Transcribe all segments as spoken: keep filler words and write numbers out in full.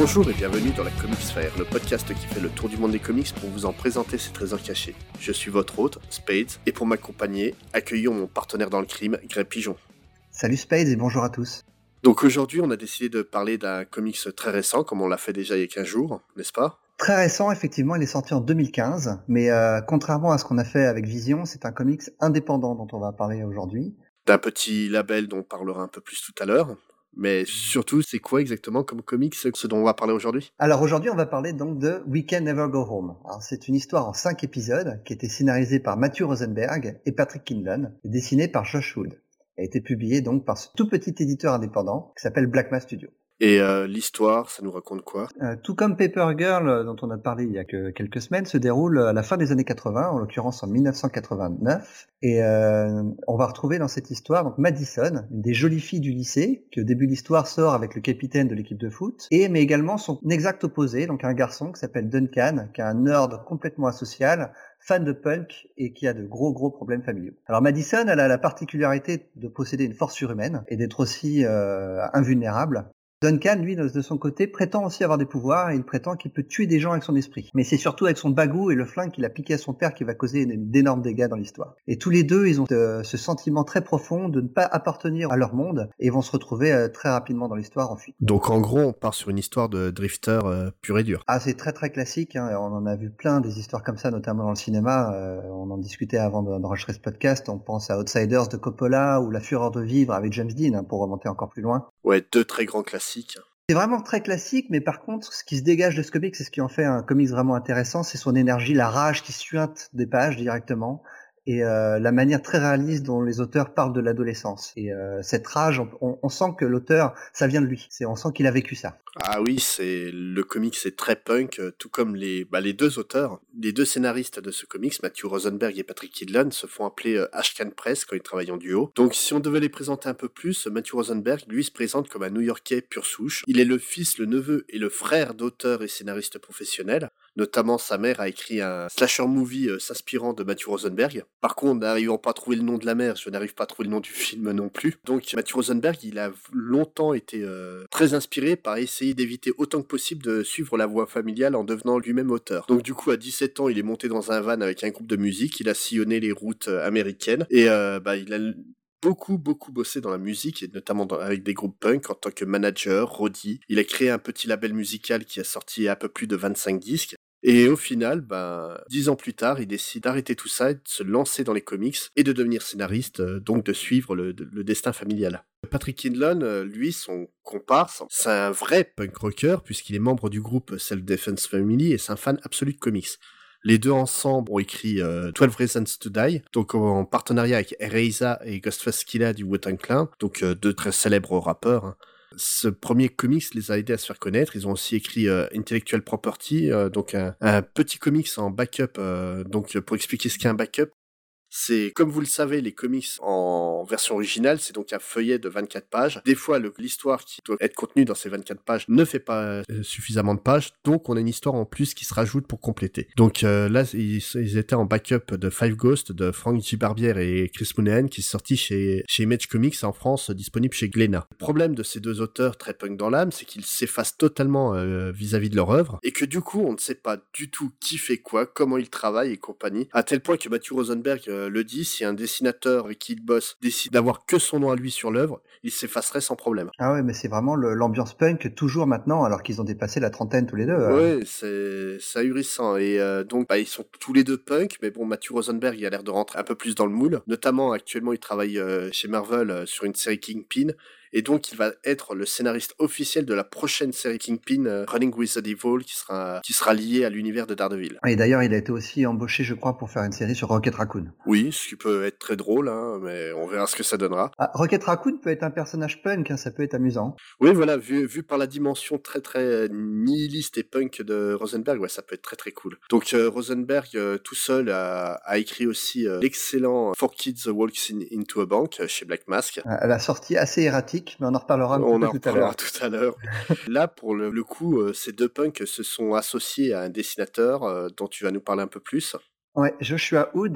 Bonjour et bienvenue dans la Comics Fair, le podcast qui fait le tour du monde des comics pour vous en présenter ses trésors cachés. Je suis votre hôte, Spades, et pour m'accompagner, accueillons mon partenaire dans le crime, Greg Pigeon. Salut Spades et bonjour à tous. Donc aujourd'hui, on a décidé de parler d'un comics très récent, comme on l'a fait déjà il y a quinze jours, n'est-ce pas ? Très récent, effectivement, il est sorti en deux mille quinze, mais euh, contrairement à ce qu'on a fait avec Vision, c'est un comics indépendant dont on va parler aujourd'hui. D'un petit label dont on parlera un peu plus tout à l'heure. Mais surtout, c'est quoi exactement comme comics ce dont on va parler aujourd'hui ? Alors aujourd'hui, on va parler donc de We Can Never Go Home. Alors, c'est une histoire en cinq épisodes qui a été scénarisée par Matthew Rosenberg et Patrick Kindlon et dessinée par Josh Wood. Elle a été publiée donc par ce tout petit éditeur indépendant qui s'appelle Black Mass Studio. Et euh, l'histoire, ça nous raconte quoi ? euh, Tout comme Paper Girl, euh, dont on a parlé il y a que quelques semaines, se déroule à la fin des années quatre-vingts, en l'occurrence en dix-neuf cent quatre-vingt-neuf. Et euh, on va retrouver dans cette histoire donc Madison, une des jolies filles du lycée, qui au début de l'histoire sort avec le capitaine de l'équipe de foot, et mais également son exact opposé, donc un garçon qui s'appelle Duncan, qui est un nerd complètement asocial, fan de punk et qui a de gros gros problèmes familiaux. Alors Madison, elle a la particularité de posséder une force surhumaine et d'être aussi euh, invulnérable. Duncan, lui, de son côté, prétend aussi avoir des pouvoirs et il prétend qu'il peut tuer des gens avec son esprit. Mais c'est surtout avec son bagou et le flingue qu'il a piqué à son père qui va causer d'énormes dégâts dans l'histoire. Et tous les deux, ils ont euh, ce sentiment très profond de ne pas appartenir à leur monde et vont se retrouver euh, très rapidement dans l'histoire en fuite. Donc en gros, on part sur une histoire de drifter euh, pur et dur. Ah, c'est très très classique, hein. On en a vu plein des histoires comme ça, notamment dans le cinéma. Euh, on en discutait avant d'enregistrer ce podcast. On pense à Outsiders de Coppola ou La Fureur de vivre avec James Dean, hein, pour remonter encore plus loin. Ouais, deux très grands classiques. C'est vraiment très classique, mais par contre, ce qui se dégage de ce comics, c'est ce qui en fait un comics vraiment intéressant, c'est son énergie, la rage qui suinte des pages directement, et euh, la manière très réaliste dont les auteurs parlent de l'adolescence. Et euh, cette rage, on, on sent que l'auteur, ça vient de lui. C'est, on sent qu'il a vécu ça. Ah oui, c'est le comics, c'est très punk, tout comme les bah, les deux auteurs, les deux scénaristes de ce comics, Matthew Rosenberg et Patrick Kindlon, se font appeler euh, Ashcan Press quand ils travaillent en duo. Donc si on devait les présenter un peu plus, Matthew Rosenberg, lui, se présente comme un New-Yorkais pur souche. Il est le fils, le neveu et le frère d'auteurs et scénaristes professionnels. Notamment, sa mère a écrit un slasher movie euh, s'inspirant de Matthew Rosenberg. Par contre, n'arrivant pas à trouver le nom de la mère, je n'arrive pas à trouver le nom du film non plus. Donc Matthew Rosenberg, il a longtemps été euh, très inspiré par essayer d'éviter autant que possible de suivre la voie familiale en devenant lui-même auteur. Donc du coup, à dix-sept ans, il est monté dans un van avec un groupe de musique, il a sillonné les routes euh, américaines, et euh, bah, il a beaucoup, beaucoup bossé dans la musique, et notamment dans, avec des groupes punk en tant que manager, roadie. Il a créé un petit label musical qui a sorti un peu plus de vingt-cinq disques. Et au final, ben, dix ans plus tard, il décide d'arrêter tout ça, de se lancer dans les comics et de devenir scénariste, euh, donc de suivre le, le destin familial. Patrick Kindlon, euh, lui, son comparse, c'est un vrai punk rocker puisqu'il est membre du groupe Self Defense Family et c'est un fan absolu de comics. Les deux ensemble ont écrit euh, twelve Reasons to Die, donc en partenariat avec Erasure et Ghostface Killah du Wu-Tang Clan, donc euh, deux très célèbres rappeurs, hein. Ce premier comics les a aidés à se faire connaître. Ils ont aussi écrit euh, Intellectual Property, euh, donc un, un petit comics en backup. Euh, donc pour expliquer ce qu'est un backup, c'est, comme vous le savez, les comics en version originale, c'est donc un feuillet de vingt-quatre pages. Des fois, le, l'histoire qui doit être contenue dans ces vingt-quatre pages ne fait pas euh, suffisamment de pages, donc on a une histoire en plus qui se rajoute pour compléter. Donc euh, là, ils, ils étaient en backup de Five Ghosts de Frank J. Barbier et Chris Monahan, qui est sorti chez, chez Image Comics en France, disponible chez Glénat. Le problème de ces deux auteurs très punk dans l'âme, c'est qu'ils s'effacent totalement euh, vis-à-vis de leur œuvre, et que du coup, on ne sait pas du tout qui fait quoi, comment ils travaillent et compagnie, à tel point que Matthew Rosenberg euh, le dit, si un dessinateur avec qui il bosse décide d'avoir que son nom à lui sur l'œuvre, il s'effacerait sans problème. Ah ouais, mais c'est vraiment le, l'ambiance punk toujours maintenant, alors qu'ils ont dépassé la trentaine tous les deux. Euh. Ouais, c'est, c'est ahurissant. Et euh, donc, bah, ils sont tous les deux punk, mais bon, Matthew Rosenberg, il a l'air de rentrer un peu plus dans le moule. Notamment, actuellement, il travaille euh, chez Marvel euh, sur une série Kingpin. Et donc, il va être le scénariste officiel de la prochaine série Kingpin, euh, Running with the Devil, qui sera, qui sera liée à l'univers de Daredevil. Et d'ailleurs, il a été aussi embauché, je crois, pour faire une série sur Rocket Raccoon. Oui, ce qui peut être très drôle, hein, mais on verra ce que ça donnera. Ah, Rocket Raccoon peut être un personnage punk, hein, ça peut être amusant. Oui, voilà, vu, vu par la dimension très très nihiliste et punk de Rosenberg, ouais, ça peut être très très cool. Donc euh, Rosenberg, euh, tout seul, a, a écrit aussi euh, l'excellent Four Kids Walks in, into a Bank euh, chez Black Mask. À la sortie assez erratique, mais on en reparlera un on peu en tout à l'heure. tout à l'heure. Là, pour le, le coup, euh, ces deux punks se sont associés à un dessinateur euh, dont tu vas nous parler un peu plus. Ouais, Joshua Wood,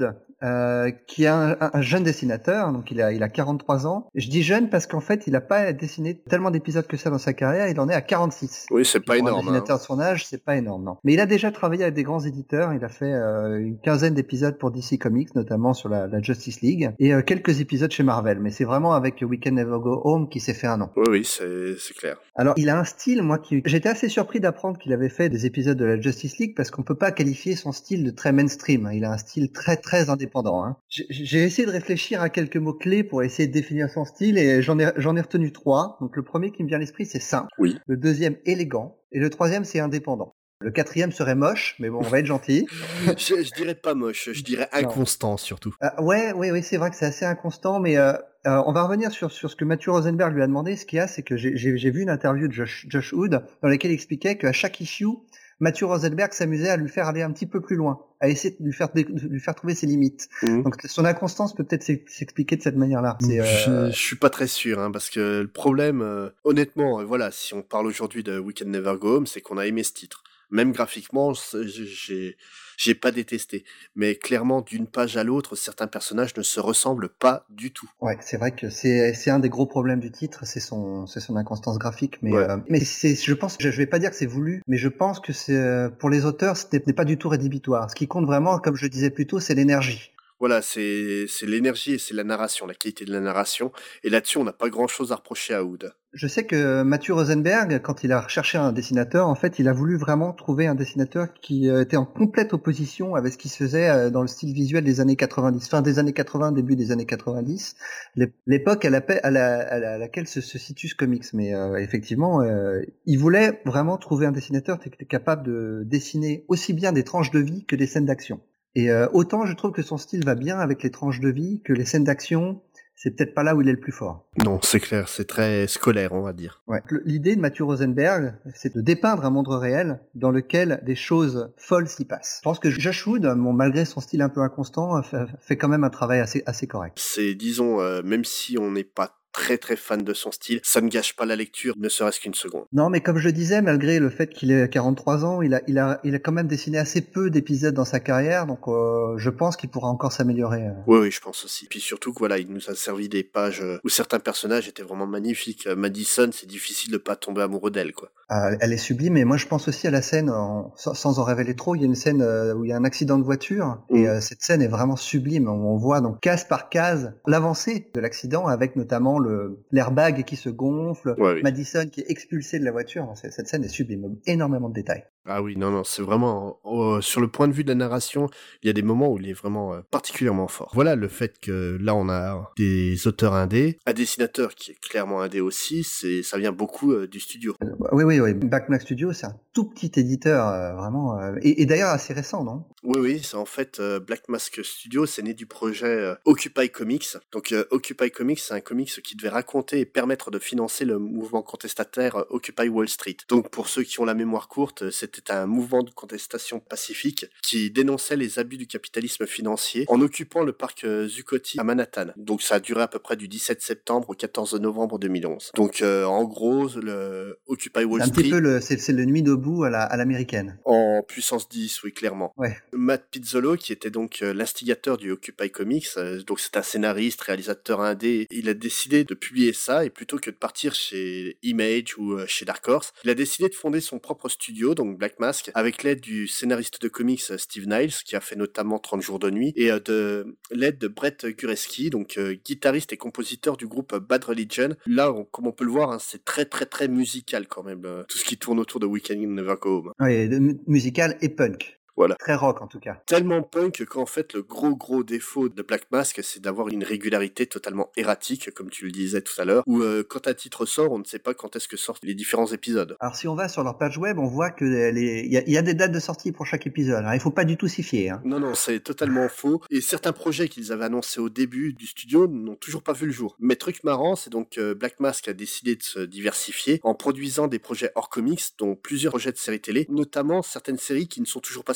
euh, qui est un, un, un jeune dessinateur, donc il a, il a quarante-trois ans. Je dis jeune parce qu'en fait, il n'a pas dessiné tellement d'épisodes que ça dans sa carrière, il en est à quarante-six. Oui, c'est pas pour énorme. Un dessinateur hein. de son âge, c'est pas énorme, non. Mais il a déjà travaillé avec des grands éditeurs, il a fait euh, une quinzaine d'épisodes pour D C Comics, notamment sur la, la Justice League, et euh, quelques épisodes chez Marvel, mais c'est vraiment avec We Can Never Go Home qui s'est fait un nom. Oui, oui, c'est, c'est clair. Alors, il a un style, moi, qui... J'étais assez surpris d'apprendre qu'il avait fait des épisodes de la Justice League, parce qu'on peut pas qualifier son style de très mainstream. Il a un style très, très indépendant. Hein. J'ai, j'ai essayé de réfléchir à quelques mots-clés pour essayer de définir son style, et j'en ai, j'en ai retenu trois. Donc, le premier qui me vient à l'esprit, c'est simple. Oui. Le deuxième, élégant. Et le troisième, c'est indépendant. Le quatrième serait moche, mais bon, on va être gentil. je, je dirais pas moche, je dirais inconstant non. surtout. Euh, ouais, ouais, ouais, c'est vrai que c'est assez inconstant, mais euh, euh, on va revenir sur sur ce que Matthew Rosenberg lui a demandé. Ce qu'il y a, c'est que j'ai, j'ai, j'ai vu une interview de Josh, Josh Hood dans laquelle il expliquait qu'à chaque issue, Matthew Rosenberg s'amusait à lui faire aller un petit peu plus loin, à essayer de lui faire, de lui faire trouver ses limites. Mmh. Donc son inconstance peut peut-être s'expliquer de cette manière-là. C'est, euh... je, je suis pas très sûr, hein, parce que le problème, euh, honnêtement, euh, voilà, si on parle aujourd'hui de We Can Never Go Home, c'est qu'on a aimé ce titre. Même graphiquement, j'ai, j'ai pas détesté. Mais clairement, d'une page à l'autre, certains personnages ne se ressemblent pas du tout. Ouais, c'est vrai que c'est, c'est un des gros problèmes du titre, c'est son, c'est son inconstance graphique. Mais, ouais. euh, mais c'est, je pense, je, je vais pas dire que c'est voulu, mais je pense que c'est, pour les auteurs, ce n'est pas du tout rédhibitoire. Ce qui compte vraiment, comme je disais plus tôt, c'est l'énergie. Voilà, c'est, c'est l'énergie et c'est la narration, la qualité de la narration. Et là-dessus, on n'a pas grand-chose à reprocher à Hood. Je sais que Matthew Rosenberg, quand il a recherché un dessinateur, en fait, il a voulu vraiment trouver un dessinateur qui était en complète opposition avec ce qui se faisait dans le style visuel des années quatre-vingt-dix, fin des années quatre-vingts, début des années quatre-vingt-dix, l'époque à, la, à, la, à laquelle se, se situe ce comics. Mais euh, effectivement, euh, il voulait vraiment trouver un dessinateur qui était capable de dessiner aussi bien des tranches de vie que des scènes d'action. Et euh, autant je trouve que son style va bien avec les tranches de vie que les scènes d'action, c'est peut-être pas là où il est le plus fort. Non, c'est clair, c'est très scolaire, on va dire. Ouais. L'idée de Matthew Rosenberg, c'est de dépeindre un monde réel dans lequel des choses folles s'y passent. Je pense que Josh Hood, bon, malgré son style un peu inconstant, fait quand même un travail assez, assez correct. C'est, disons, euh, même si on n'est pas très très fan de son style, ça ne gâche pas la lecture, ne serait-ce qu'une seconde. Non, mais comme je disais, malgré le fait qu'il ait quarante-trois ans, il a, il a, il a quand même dessiné assez peu d'épisodes dans sa carrière, donc euh, je pense qu'il pourra encore s'améliorer. Oui, oui, je pense aussi. Puis surtout que voilà, il nous a servi des pages où certains personnages étaient vraiment magnifiques. Madison, c'est difficile de pas tomber amoureux d'elle, quoi. Euh, elle est sublime, et moi je pense aussi à la scène, en, sans, sans en révéler trop, il y a une scène euh, où il y a un accident de voiture, mmh. et euh, cette scène est vraiment sublime. On, on voit donc case par case l'avancée de l'accident, avec notamment le, l'airbag qui se gonfle, ouais, oui. Madison qui est expulsé de la voiture. Cette scène est sublime, énormément de détails. Ah oui, non, non, c'est vraiment... Euh, sur le point de vue de la narration, il y a des moments où il est vraiment euh, particulièrement fort. Voilà, le fait que là, on a des auteurs indés, un dessinateur qui est clairement indé aussi, c'est, ça vient beaucoup euh, du studio. Euh, oui, oui, oui. Black Mask Studio, c'est un tout petit éditeur, euh, vraiment... Euh, et, et d'ailleurs assez récent, non ? Oui, oui, c'est en fait euh, Black Mask Studio, c'est né du projet euh, Occupy Comics. Donc euh, Occupy Comics, c'est un comics qui devait raconter et permettre de financer le mouvement contestataire euh, Occupy Wall Street. Donc pour ceux qui ont la mémoire courte, c'était un mouvement de contestation pacifique qui dénonçait les abus du capitalisme financier en occupant le parc euh, Zuccotti à Manhattan. Donc ça a duré à peu près du dix-sept septembre au quatorze novembre deux mille onze. Donc euh, en gros, le Occupy Wall c'est un Street... petit peu le, c'est, c'est le nuit debout à, la, à l'américaine. En puissance dix, oui, clairement. Ouais. Matt Pizzolo, qui était donc euh, l'instigateur du Occupy Comics, euh, donc c'est un scénariste, réalisateur indé, il a décidé de publier ça, et plutôt que de partir chez Image ou euh, chez Dark Horse, il a décidé de fonder son propre studio, donc Black Mask, avec l'aide du scénariste de comics euh, Steve Niles, qui a fait notamment trente jours de nuit, et euh, de l'aide de Brett Gureski, donc euh, guitariste et compositeur du groupe Bad Religion. Là, on, comme on peut le voir, hein, c'est très très très musical quand même, euh, tout ce qui tourne autour de We Can Never Go Home. Oui, de, musical et punk. Voilà. Très rock en tout cas. Tellement punk qu'en fait le gros gros défaut de Black Mask, c'est d'avoir une régularité totalement erratique, comme tu le disais tout à l'heure, où euh, quand un titre sort, on ne sait pas quand est-ce que sortent les différents épisodes. Alors si on va sur leur page web, on voit que les... il, y a, il y a des dates de sortie pour chaque épisode. Alors il faut pas du tout s'y fier. Hein. Non, non, c'est totalement faux. Et certains projets qu'ils avaient annoncés au début du studio n'ont toujours pas vu le jour. Mais truc marrant, c'est donc euh, Black Mask a décidé de se diversifier en produisant des projets hors comics, dont plusieurs projets de séries télé, notamment certaines séries qui ne sont toujours pas sorties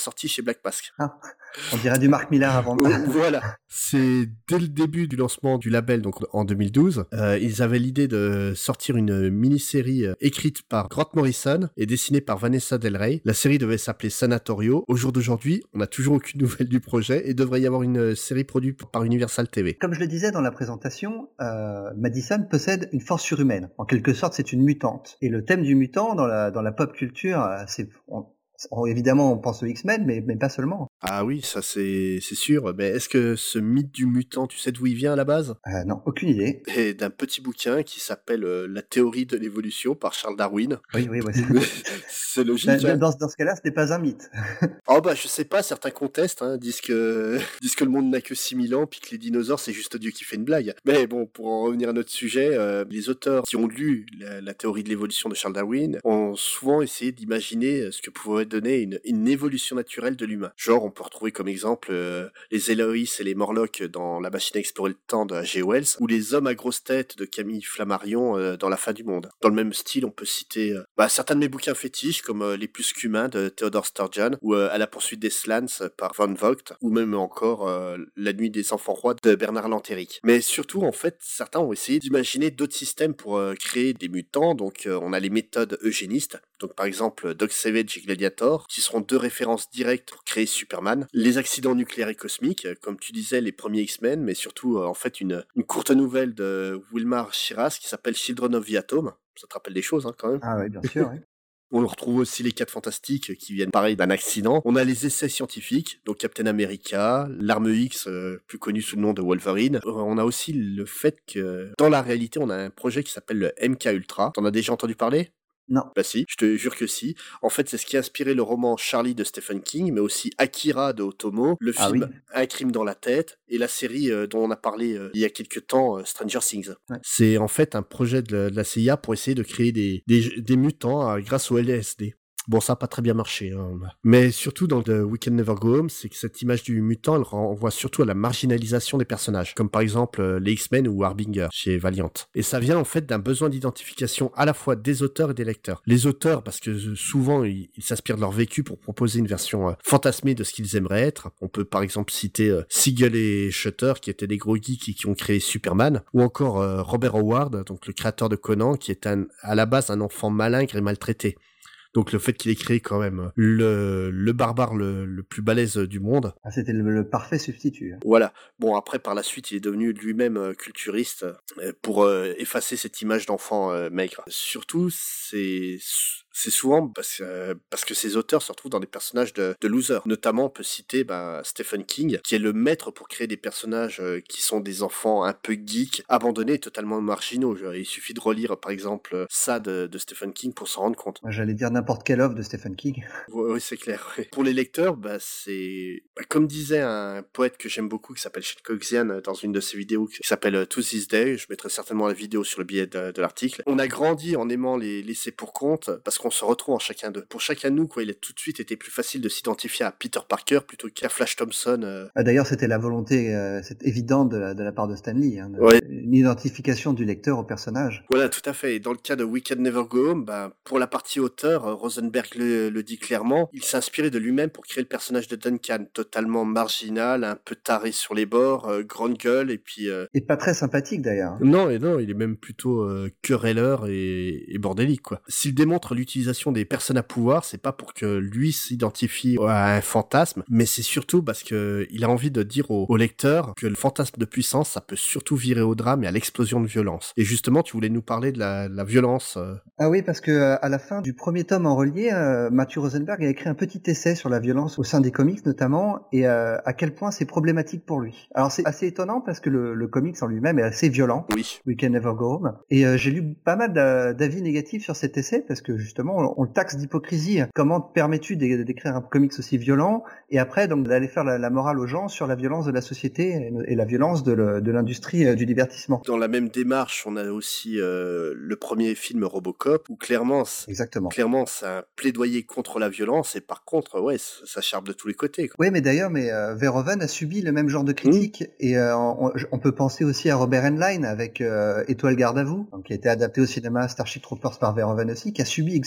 sorti chez Black Mask. Ah, on dirait du Mark Millar avant. Voilà, c'est dès le début du lancement du label, donc en deux mille douze, euh, ils avaient l'idée de sortir une mini-série euh, écrite par Grant Morrison et dessinée par Vanessa Del Rey. La série devait s'appeler Sanatorio. Au jour d'aujourd'hui, on n'a toujours aucune nouvelle du projet et devrait y avoir une série produite par Universal T V. Comme je le disais dans la présentation, euh, Madison possède une force surhumaine. En quelque sorte, c'est une mutante. Et le thème du mutant dans la dans la pop culture, euh, c'est on, on, évidemment on pense aux X-Men, mais mais pas seulement. Ah oui, ça c'est c'est sûr. Mais est-ce que ce mythe du mutant, tu sais d'où il vient à la base? euh, Non, aucune idée. Et d'un petit bouquin qui s'appelle euh, La théorie de l'évolution par Charles Darwin. Oui, oui, ouais. C'est logique. Dans, hein. dans, dans ce cas-là, ce n'est pas un mythe. Oh bah je sais pas, certains contestent, hein, disent que disent que le monde n'a que six mille ans, puis que les dinosaures c'est juste Dieu qui fait une blague. Mais bon, pour en revenir à notre sujet, euh, les auteurs qui ont lu la, la théorie de l'évolution de Charles Darwin ont souvent essayé d'imaginer ce que pouvait donner une, une évolution naturelle de l'humain. Genre, on peut retrouver comme exemple euh, les Eloïs et les Morlocks dans La machine à explorer le temps de H G Wells, ou les hommes à grosse tête de Camille Flammarion euh, dans La fin du monde. Dans le même style, on peut citer euh, bah, certains de mes bouquins fétiches, comme euh, Les plus qu'humains de Theodore Sturgeon, ou euh, À la poursuite des Slans par Von Vogt, ou même encore euh, La nuit des enfants rois de Bernard Lantéric. Mais surtout, en fait, certains ont essayé d'imaginer d'autres systèmes pour euh, créer des mutants. Donc, euh, on a les méthodes eugénistes. Donc, par exemple, Doc Savage et Gladiator, qui seront deux références directes pour créer Superman. Les accidents nucléaires et cosmiques, comme tu disais, les premiers X-Men, mais surtout, euh, en fait, une, une courte nouvelle de Wilmar Shiras qui s'appelle Children of the Atom. Ça te rappelle des choses, hein, quand même. Ah oui, bien sûr, oui. On retrouve aussi les quatre fantastiques qui viennent pareil d'un accident. On a les essais scientifiques, donc Captain America, l'arme X, euh, plus connue sous le nom de Wolverine. Euh, on a aussi le fait que dans la réalité, on a un projet qui s'appelle le M K Ultra. T'en as déjà entendu parler ? Non. Bah si, je te jure que si. En fait, c'est ce qui a inspiré le roman Charlie de Stephen King, mais aussi Akira de Otomo, le Ah film oui. Un crime dans la tête, et la série euh, dont on a parlé euh, il y a quelques temps, euh, Stranger Things. Ouais. C'est en fait un projet de la, de la C I A pour essayer de créer des, des, des mutants euh, grâce au L S D. Bon, ça n'a pas très bien marché. Hein. Mais surtout dans The We Can Never Go Home, c'est que cette image du mutant, elle renvoie surtout à la marginalisation des personnages, comme par exemple euh, les X-Men ou Harbinger chez Valiant. Et ça vient en fait d'un besoin d'identification à la fois des auteurs et des lecteurs. Les auteurs, parce que euh, souvent, ils, ils s'inspirent de leur vécu pour proposer une version euh, fantasmée de ce qu'ils aimeraient être. On peut par exemple citer euh, Siegel et Shutter, qui étaient des gros geeks et qui ont créé Superman, ou encore euh, Robert Howard, donc le créateur de Conan, qui est un, à la base un enfant malingre et maltraité. Donc le fait qu'il ait créé quand même le, le barbare le, le plus balèze du monde. Ah, c'était le, le parfait substitut. Voilà. Bon, après, par la suite, il est devenu lui-même euh, culturiste euh, pour euh, effacer cette image d'enfant euh, maigre. Surtout, c'est... c'est souvent parce que, euh, parce que ces auteurs se retrouvent dans des personnages de, de losers. Notamment, on peut citer bah, Stephen King, qui est le maître pour créer des personnages euh, qui sont des enfants un peu geeks, abandonnés et totalement marginaux. Il suffit de relire, par exemple, ça de, de Stephen King pour s'en rendre compte. J'allais dire n'importe quelle œuvre de Stephen King. Oui, oui c'est clair. Oui. Pour les lecteurs, bah, c'est... Bah, comme disait un poète que j'aime beaucoup, qui s'appelle Shane Coxian, dans une de ses vidéos, qui s'appelle To This Day, je mettrai certainement la vidéo sur le billet de, de l'article. On a grandi en aimant les laisser pour compte, parce qu'on se retrouve en chacun d'eux. Pour chacun de nous, quoi, il a tout de suite été plus facile de s'identifier à Peter Parker plutôt qu'à Flash Thompson. Euh... Ah, d'ailleurs, c'était la volonté euh, c'est évidente de la, de la part de Stan Lee, hein, de, ouais. Une identification du lecteur au personnage. Voilà, tout à fait. Et dans le cas de We Can Never Go Home, bah, pour la partie auteur, Rosenberg le, le dit clairement, il s'est inspiré de lui-même pour créer le personnage de Duncan, totalement marginal, un peu taré sur les bords, euh, grande gueule, et puis... Euh... Et pas très sympathique, d'ailleurs. Hein. Non, et non, il est même plutôt euh, querelleur et, et bordélique, quoi. S'il démontre l'utilisation des personnes à pouvoir, c'est pas pour que lui s'identifie à un fantasme, mais c'est surtout parce que il a envie de dire au, au lecteur que le fantasme de puissance, ça peut surtout virer au drame et à l'explosion de violence. Et justement, tu voulais nous parler de la, la violence. Euh... Ah oui, parce que euh, à la fin du premier tome en relié, euh, Matthew Rosenberg a écrit un petit essai sur la violence au sein des comics notamment, et euh, à quel point c'est problématique pour lui. Alors c'est assez étonnant parce que le, le comics en lui-même est assez violent. Oui. We Can Never Go Home. Et euh, j'ai lu pas mal d'avis négatifs sur cet essai parce que justement on, on le taxe d'hypocrisie. Comment te permets-tu d'écrire un comics aussi violent et après donc d'aller faire la, la morale aux gens sur la violence de la société et, et la violence de, le, de l'industrie euh, du divertissement. Dans la même démarche, on a aussi euh, le premier film Robocop où clairement, Exactement. clairement c'est un plaidoyer contre la violence et par contre, ouais, ça, ça charpe de tous les côtés. Quoi. Oui, mais d'ailleurs, mais euh, Verhoeven a subi le même genre de critique mmh. et euh, on, on peut penser aussi à Robert Heinlein avec euh, Étoile garde à vous, donc, qui a été adapté au cinéma, Starship Troopers par Verhoeven aussi, qui a subi exactement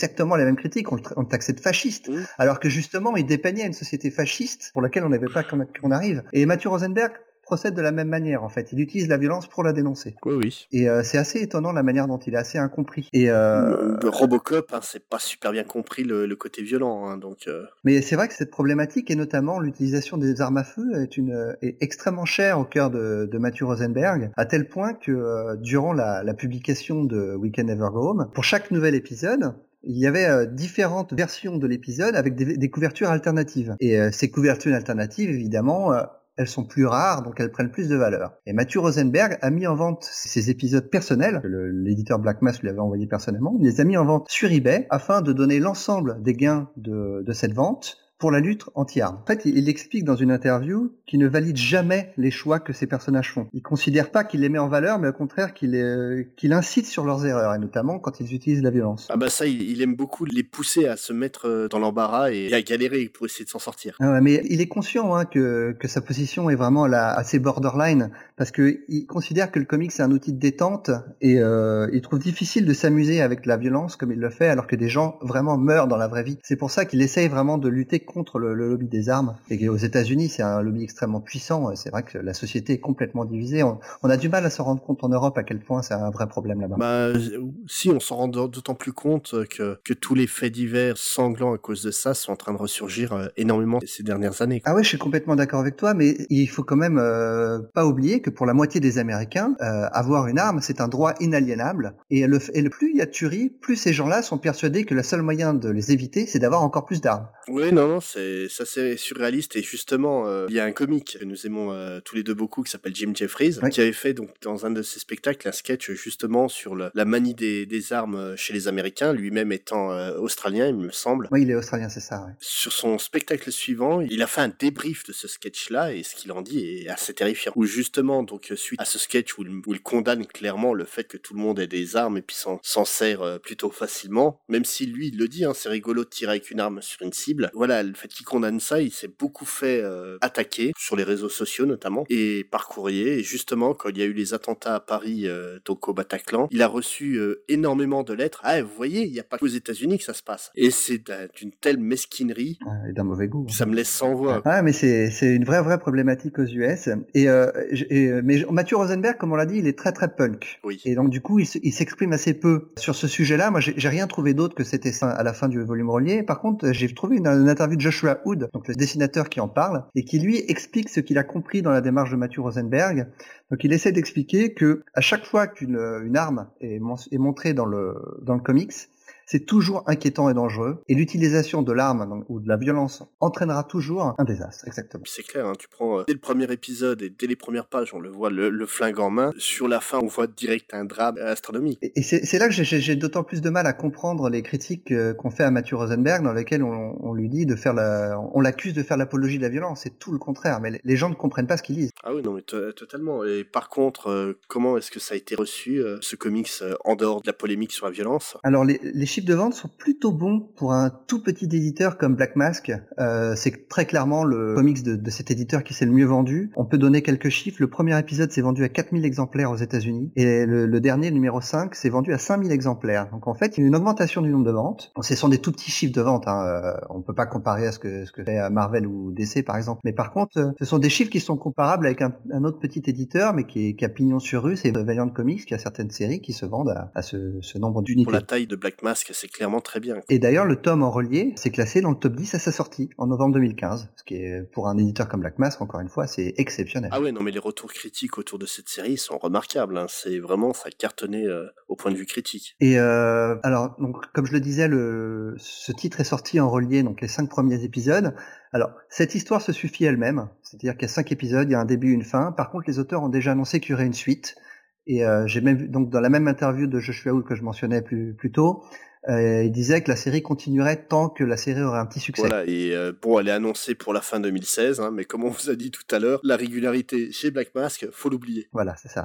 exactement les mêmes critiques. On le, on le taxait de fasciste, mmh. alors que justement, il dépeignait une société fasciste pour laquelle on n'avait pas qu'on, qu'on arrive. Et Matthew Rosenberg procède de la même manière, en fait. Il utilise la violence pour la dénoncer. Oui, oui. Et euh, c'est assez étonnant la manière dont il est assez incompris. Et euh... le Robocop, hein, c'est pas super bien compris le, le côté violent, hein, donc. Euh... Mais c'est vrai que cette problématique, et notamment l'utilisation des armes à feu, est une est extrêmement chère au cœur de, de Matthew Rosenberg, à tel point que euh, durant la, la publication de We Can Never Go Home, pour chaque nouvel épisode, il y avait euh, différentes versions de l'épisode avec des, des couvertures alternatives. Et euh, ces couvertures alternatives, évidemment, euh, elles sont plus rares, donc elles prennent plus de valeur. Et Matthew Rosenberg a mis en vente ces épisodes personnels, que le, l'éditeur Black Mask lui avait envoyé personnellement, il les a mis en vente sur eBay afin de donner l'ensemble des gains de, de cette vente pour la lutte anti-armes. En fait, il explique dans une interview qu'il ne valide jamais les choix que ces personnages font. Il considère pas qu'il les met en valeur, mais au contraire qu'il, les, qu'il incite sur leurs erreurs, et notamment quand ils utilisent la violence. Ah bah ça, il, il aime beaucoup les pousser à se mettre dans l'embarras et à galérer pour essayer de s'en sortir. Ah ouais, mais il est conscient hein, que, que sa position est vraiment là, assez borderline, parce qu'il considère que le comics c'est un outil de détente, et euh, il trouve difficile de s'amuser avec la violence comme il le fait, alors que des gens vraiment meurent dans la vraie vie. C'est pour ça qu'il essaye vraiment de lutter contre le, le lobby des armes. Et aux États-Unis, c'est un lobby extrêmement puissant. C'est vrai que la société est complètement divisée. On, on a du mal à se rendre compte en Europe à quel point c'est un vrai problème là-bas. Bah, si, on s'en rend d'autant plus compte que, que tous les faits divers sanglants à cause de ça sont en train de ressurgir euh, énormément ces dernières années. Ah ouais, je suis complètement d'accord avec toi, mais il faut quand même euh, pas oublier que pour la moitié des Américains, euh, avoir une arme, c'est un droit inaliénable. Et le, et le plus il y a de tueries, plus ces gens-là sont persuadés que le seul moyen de les éviter, c'est d'avoir encore plus d'armes. Oui, non, non, c'est ça, c'est surréaliste. Et justement, euh, il y a un comique que nous aimons euh, tous les deux beaucoup qui s'appelle Jim Jeffries, oui. qui avait fait donc dans un de ses spectacles un sketch justement sur le, la manie des, des armes chez les Américains, lui-même étant euh, australien, il me semble. Oui, il est australien, c'est ça. Ouais. Sur son spectacle suivant, il a fait un débrief de ce sketch-là et ce qu'il en dit est assez terrifiant. Où justement, donc suite à ce sketch où il, où il condamne clairement le fait que tout le monde ait des armes et puis s'en, s'en sert euh, plutôt facilement, même si lui il le dit, hein, c'est rigolo de tirer avec une arme sur une cible. Voilà, le fait qu'il condamne ça, il s'est beaucoup fait euh, attaquer, sur les réseaux sociaux notamment, et par courrier. Et justement, quand il y a eu les attentats à Paris, euh, donc au Bataclan, il a reçu euh, énormément de lettres. Ah, vous voyez, il n'y a pas qu'aux États-Unis que ça se passe. Et c'est d'une telle mesquinerie. Ah, et d'un mauvais goût. Ça me laisse sans voix. Ah, mais c'est, c'est une vraie, vraie problématique aux U S. Et, euh, et, mais Matthew Rosenberg, comme on l'a dit, il est très, très punk. Oui. Et donc, du coup, il, il s'exprime assez peu sur ce sujet-là. Moi, j'ai, j'ai rien trouvé d'autre que c'était ça à la fin du volume relié. Par contre, j'ai trouvé une, une interview de Joshua Hood, donc le dessinateur qui en parle, et qui lui explique ce qu'il a compris dans la démarche de Matthew Rosenberg. Donc, il essaie d'expliquer que à chaque fois qu'une une arme est, est montrée dans le dans le comics, c'est toujours inquiétant et dangereux, et l'utilisation de l'arme donc, ou de la violence entraînera toujours un désastre, exactement. C'est clair, hein, tu prends euh, dès le premier épisode et dès les premières pages, on le voit le, le flingue en main. Sur la fin, on voit direct un drame astronomique. Et, et c'est, c'est là que j'ai, j'ai d'autant plus de mal à comprendre les critiques euh, qu'on fait à Matthew Rosenberg, dans lesquelles on, on lui dit de faire la, on l'accuse de faire l'apologie de la violence. C'est tout le contraire, mais les gens ne comprennent pas ce qu'ils lisent. Ah oui, non, mais t- totalement. Et par contre, euh, comment est-ce que ça a été reçu, euh, ce comics, euh, en dehors de la polémique sur la violence? Alors, les, les chiffres de vente sont plutôt bons pour un tout petit éditeur comme Black Mask. Euh, c'est très clairement le comics de, de cet éditeur qui s'est le mieux vendu. On peut donner quelques chiffres. Le premier épisode s'est vendu à quatre mille exemplaires aux États-Unis et le, le dernier, le numéro cinq, s'est vendu à cinq mille exemplaires. Donc en fait, il y a une augmentation du nombre de ventes. Bon, ce sont des tout petits chiffres de vente. Hein. Euh, on peut pas comparer à ce que ce que fait Marvel ou D C par exemple. Mais par contre, euh, ce sont des chiffres qui sont comparables avec un, un autre petit éditeur, mais qui, est, qui a pignon sur rue. C'est Valiant Comics, qui a certaines séries qui se vendent à, à ce, ce nombre d'unités. Pour la taille de Black Mask, c'est clairement très bien. Et d'ailleurs, le tome en relié s'est classé dans le top dix à sa sortie, en novembre deux mille quinze, ce qui est, pour un éditeur comme Black Mask, encore une fois, c'est exceptionnel. Ah ouais, non, mais les retours critiques autour de cette série sont remarquables, hein. C'est vraiment, ça a cartonné euh, au point de vue critique. Et euh, alors, donc, comme je le disais, le, ce titre est sorti en relié, donc les cinq premiers épisodes. Alors, cette histoire se suffit elle-même, c'est-à-dire qu'il y a cinq épisodes, il y a un début, une fin. Par contre, les auteurs ont déjà annoncé qu'il y aurait une suite. Et euh, j'ai même vu, donc dans la même interview de Joshua Hood que je mentionnais plus, plus tôt, Euh, il disait que la série continuerait tant que la série aurait un petit succès. Voilà, et euh, bon, elle est annoncée pour la fin deux mille seize, hein, mais comme on vous a dit tout à l'heure, la régularité chez Black Mask, faut l'oublier. Voilà, c'est ça.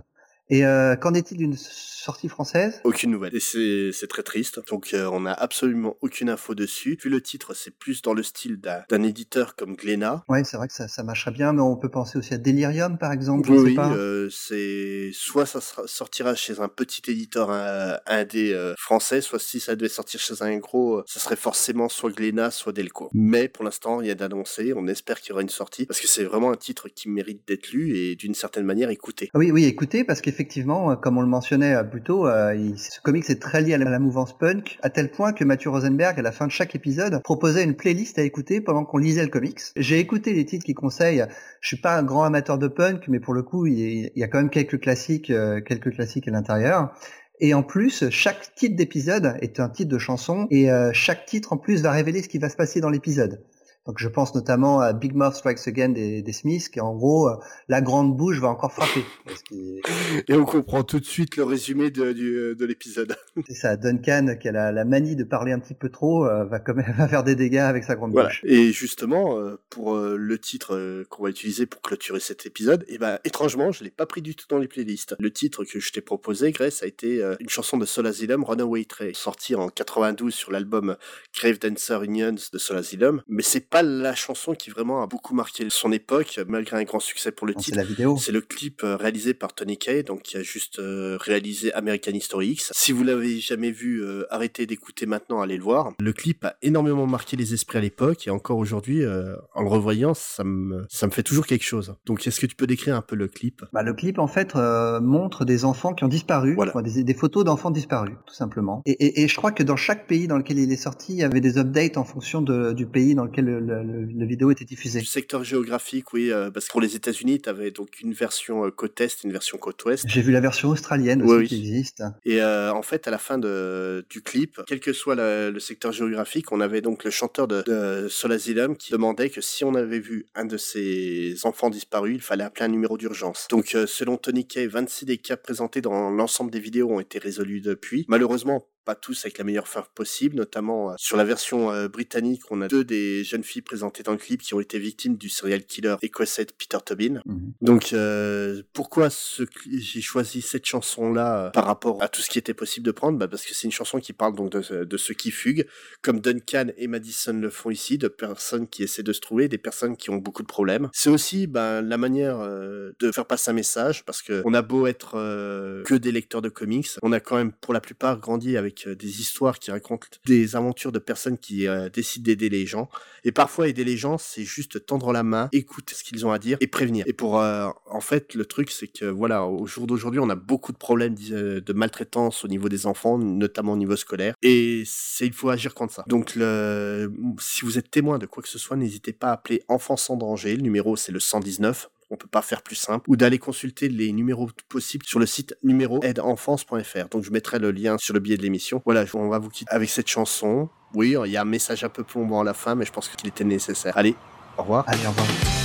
Et euh, qu'en est-il d'une sortie française ? Aucune nouvelle. Et c'est, c'est très triste. Donc euh, on n'a absolument aucune info dessus. Vu le titre, c'est plus dans le style d'un, d'un éditeur comme Glénat. Ouais, c'est vrai que ça, ça marcherait bien, mais on peut penser aussi à Delirium, par exemple, Oui, je sais oui, pas. euh, c'est soit ça sera, sortira chez un petit éditeur un, indé euh, français, soit si ça devait sortir chez un gros, euh, ça serait forcément soit Glénat, soit Delcourt. Mais pour l'instant, il y a d'annoncé. On espère qu'il y aura une sortie parce que c'est vraiment un titre qui mérite d'être lu et d'une certaine manière écouté. Oui, oui, écoutez, parce qu'effectivement, comme on le mentionnait plus tôt, euh, il, ce comics est très lié à la, à la mouvance punk, à tel point que Mathieu Rosenberg, à la fin de chaque épisode, proposait une playlist à écouter pendant qu'on lisait le comics. J'ai écouté les titres qu'il conseille. Je suis pas un grand amateur de punk, mais pour le coup, il y a quand même quelques classiques, euh, quelques classiques à l'intérieur. Et en plus, chaque titre d'épisode est un titre de chanson, et euh, chaque titre en plus va révéler ce qui va se passer dans l'épisode. Donc je pense notamment à Big Mouth Strikes Again des, des Smiths, qui en gros, euh, la grande bouche va encore frapper. Parce qu'il... Et on comprend tout de suite le résumé de, du, de l'épisode. C'est ça, Duncan, qui a la, la manie de parler un petit peu trop, euh, va quand même va faire des dégâts avec sa grande voilà. bouche. Et justement, euh, pour euh, le titre euh, qu'on va utiliser pour clôturer cet épisode, et ben étrangement, je l'ai pas pris du tout dans les playlists. Le titre que je t'ai proposé, Grace, a été euh, une chanson de Soul Asylum, Runaway Train, sortie en quatre-vingt-douze sur l'album Grave Dancer Unions de Soul Asylum. Mais c'est pas la chanson qui vraiment a beaucoup marqué son époque, malgré un grand succès pour le Non, titre. c'est la vidéo. C'est le clip euh, réalisé par Tony Kaye, donc qui a juste euh, réalisé American History X. Si vous l'avez jamais vu, euh, arrêtez d'écouter maintenant, allez le voir. Le clip a énormément marqué les esprits à l'époque, et encore aujourd'hui, euh, en le revoyant, ça me, ça me fait toujours quelque chose. Donc, est-ce que tu peux décrire un peu le clip ? Bah, le clip, en fait, euh, montre des enfants qui ont disparu, Voilà. enfin, des, des photos d'enfants disparus, tout simplement. Et, et, et je crois que dans chaque pays dans lequel il est sorti, il y avait des updates en fonction de, du pays dans lequel le, le, le, le vidéo était diffusé. Du secteur géographique, oui, euh, parce que pour les États-Unis, tu avais donc une version euh, côte est, une version côte ouest. J'ai vu la version australienne aussi oui, oui. qui existe. Et euh, en fait, à la fin de, du clip, quel que soit le, le secteur géographique, on avait donc le chanteur de, de Soul Asylum qui demandait que si on avait vu un de ses enfants disparus, il fallait appeler un numéro d'urgence. Donc, euh, selon Tony Kaye, vingt-six des cas présentés dans l'ensemble des vidéos ont été résolus depuis. Malheureusement, pas tous avec la meilleure fin possible, notamment euh, sur la version euh, britannique, on a deux des jeunes filles présentées dans le clip qui ont été victimes du serial killer écossais Peter Tobin. Mm-hmm. Donc euh, pourquoi ce, j'ai choisi cette chanson-là euh, par rapport à tout ce qui était possible de prendre, bah, parce que c'est une chanson qui parle donc de, de ceux qui fuguent, comme Duncan et Madison le font ici, de personnes qui essaient de se trouver, des personnes qui ont beaucoup de problèmes. C'est aussi bah, la manière euh, de faire passer un message, parce que on a beau être euh, que des lecteurs de comics, on a quand même pour la plupart grandi avec des histoires qui racontent des aventures de personnes qui euh, décident d'aider les gens. Et parfois, aider les gens, c'est juste tendre la main, écouter ce qu'ils ont à dire et prévenir. Et pour, euh, en fait, le truc, c'est que, voilà, au jour d'aujourd'hui, on a beaucoup de problèmes de maltraitance au niveau des enfants, notamment au niveau scolaire. Et c'est, il faut agir contre ça. Donc, le, si vous êtes témoin de quoi que ce soit, n'hésitez pas à appeler Enfants sans danger. Le numéro, c'est le cent dix-neuf. On peut pas faire plus simple, ou d'aller consulter les numéros possibles sur le site numéro aide enfance point f r. Donc je mettrai le lien sur le billet de l'émission. Voilà, on va vous quitter avec cette chanson. Oui, il y a un message un peu plombant à la fin, mais je pense qu'il était nécessaire. Allez, au revoir. Allez, au revoir.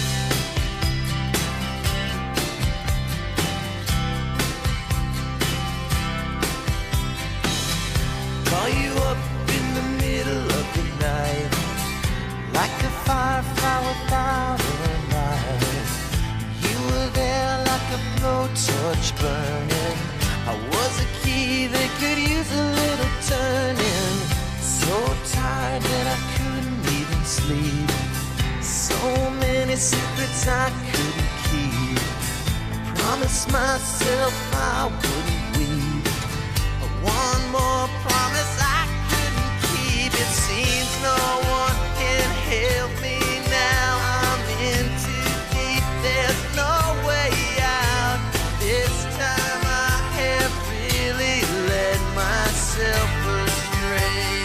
Torch burning, I was a key that could use a little turning. So tired that I couldn't even sleep. So many secrets I couldn't keep. I promised myself I wouldn't weep. One more promise I couldn't keep. It seems no one can help me now. I'm in too deep, there's no way out. This time I have really led myself astray.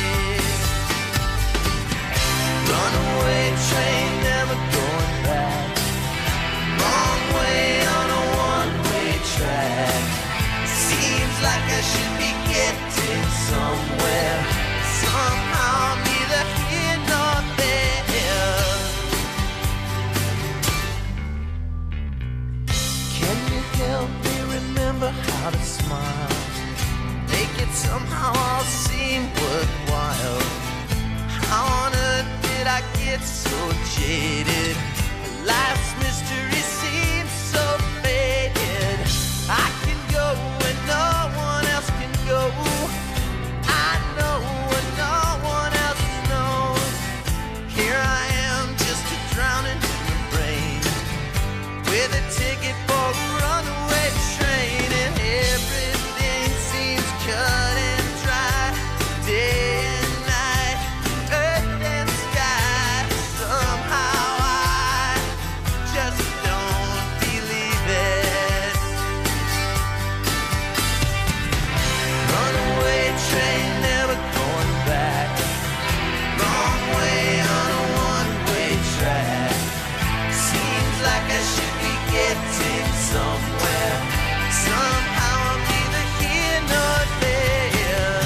Runaway train, never going back. Wrong way on a one-way track. Seems like I should be getting somewhere. Somehow neither here nor there. Can you help me remember how to smile? Make it somehow all seem worthwhile. How on earth did I get so jaded? Life's mystery seems so faded. I can the ticket for a runaway train, and everything seems cut and dry. Day and night, earth and sky. Somehow I just don't believe it. Runaway train, never going back. Wrong way on a one-way track. Seems like I should be getting somewhere. Somehow I'm neither here nor there.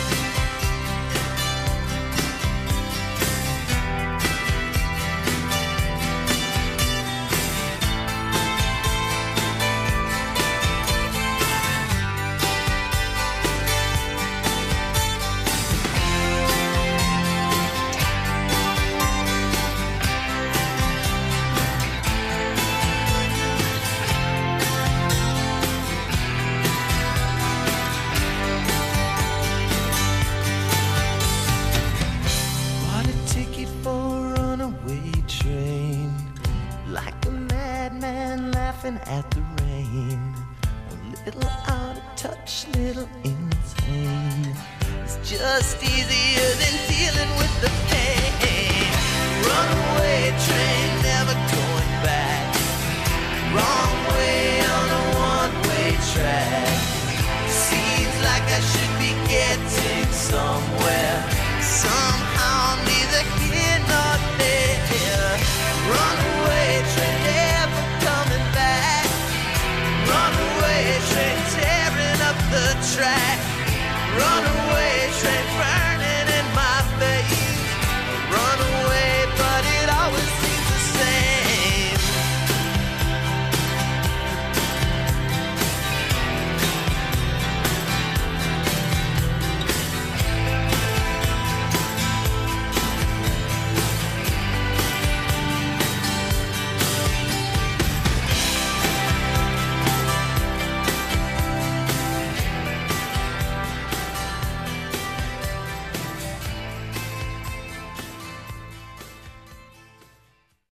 Bought a ticket for a runaway train, like a madman laughing at the rain. A little out of touch, little insane. It's just easier than dealing with the pain. Runaway train, never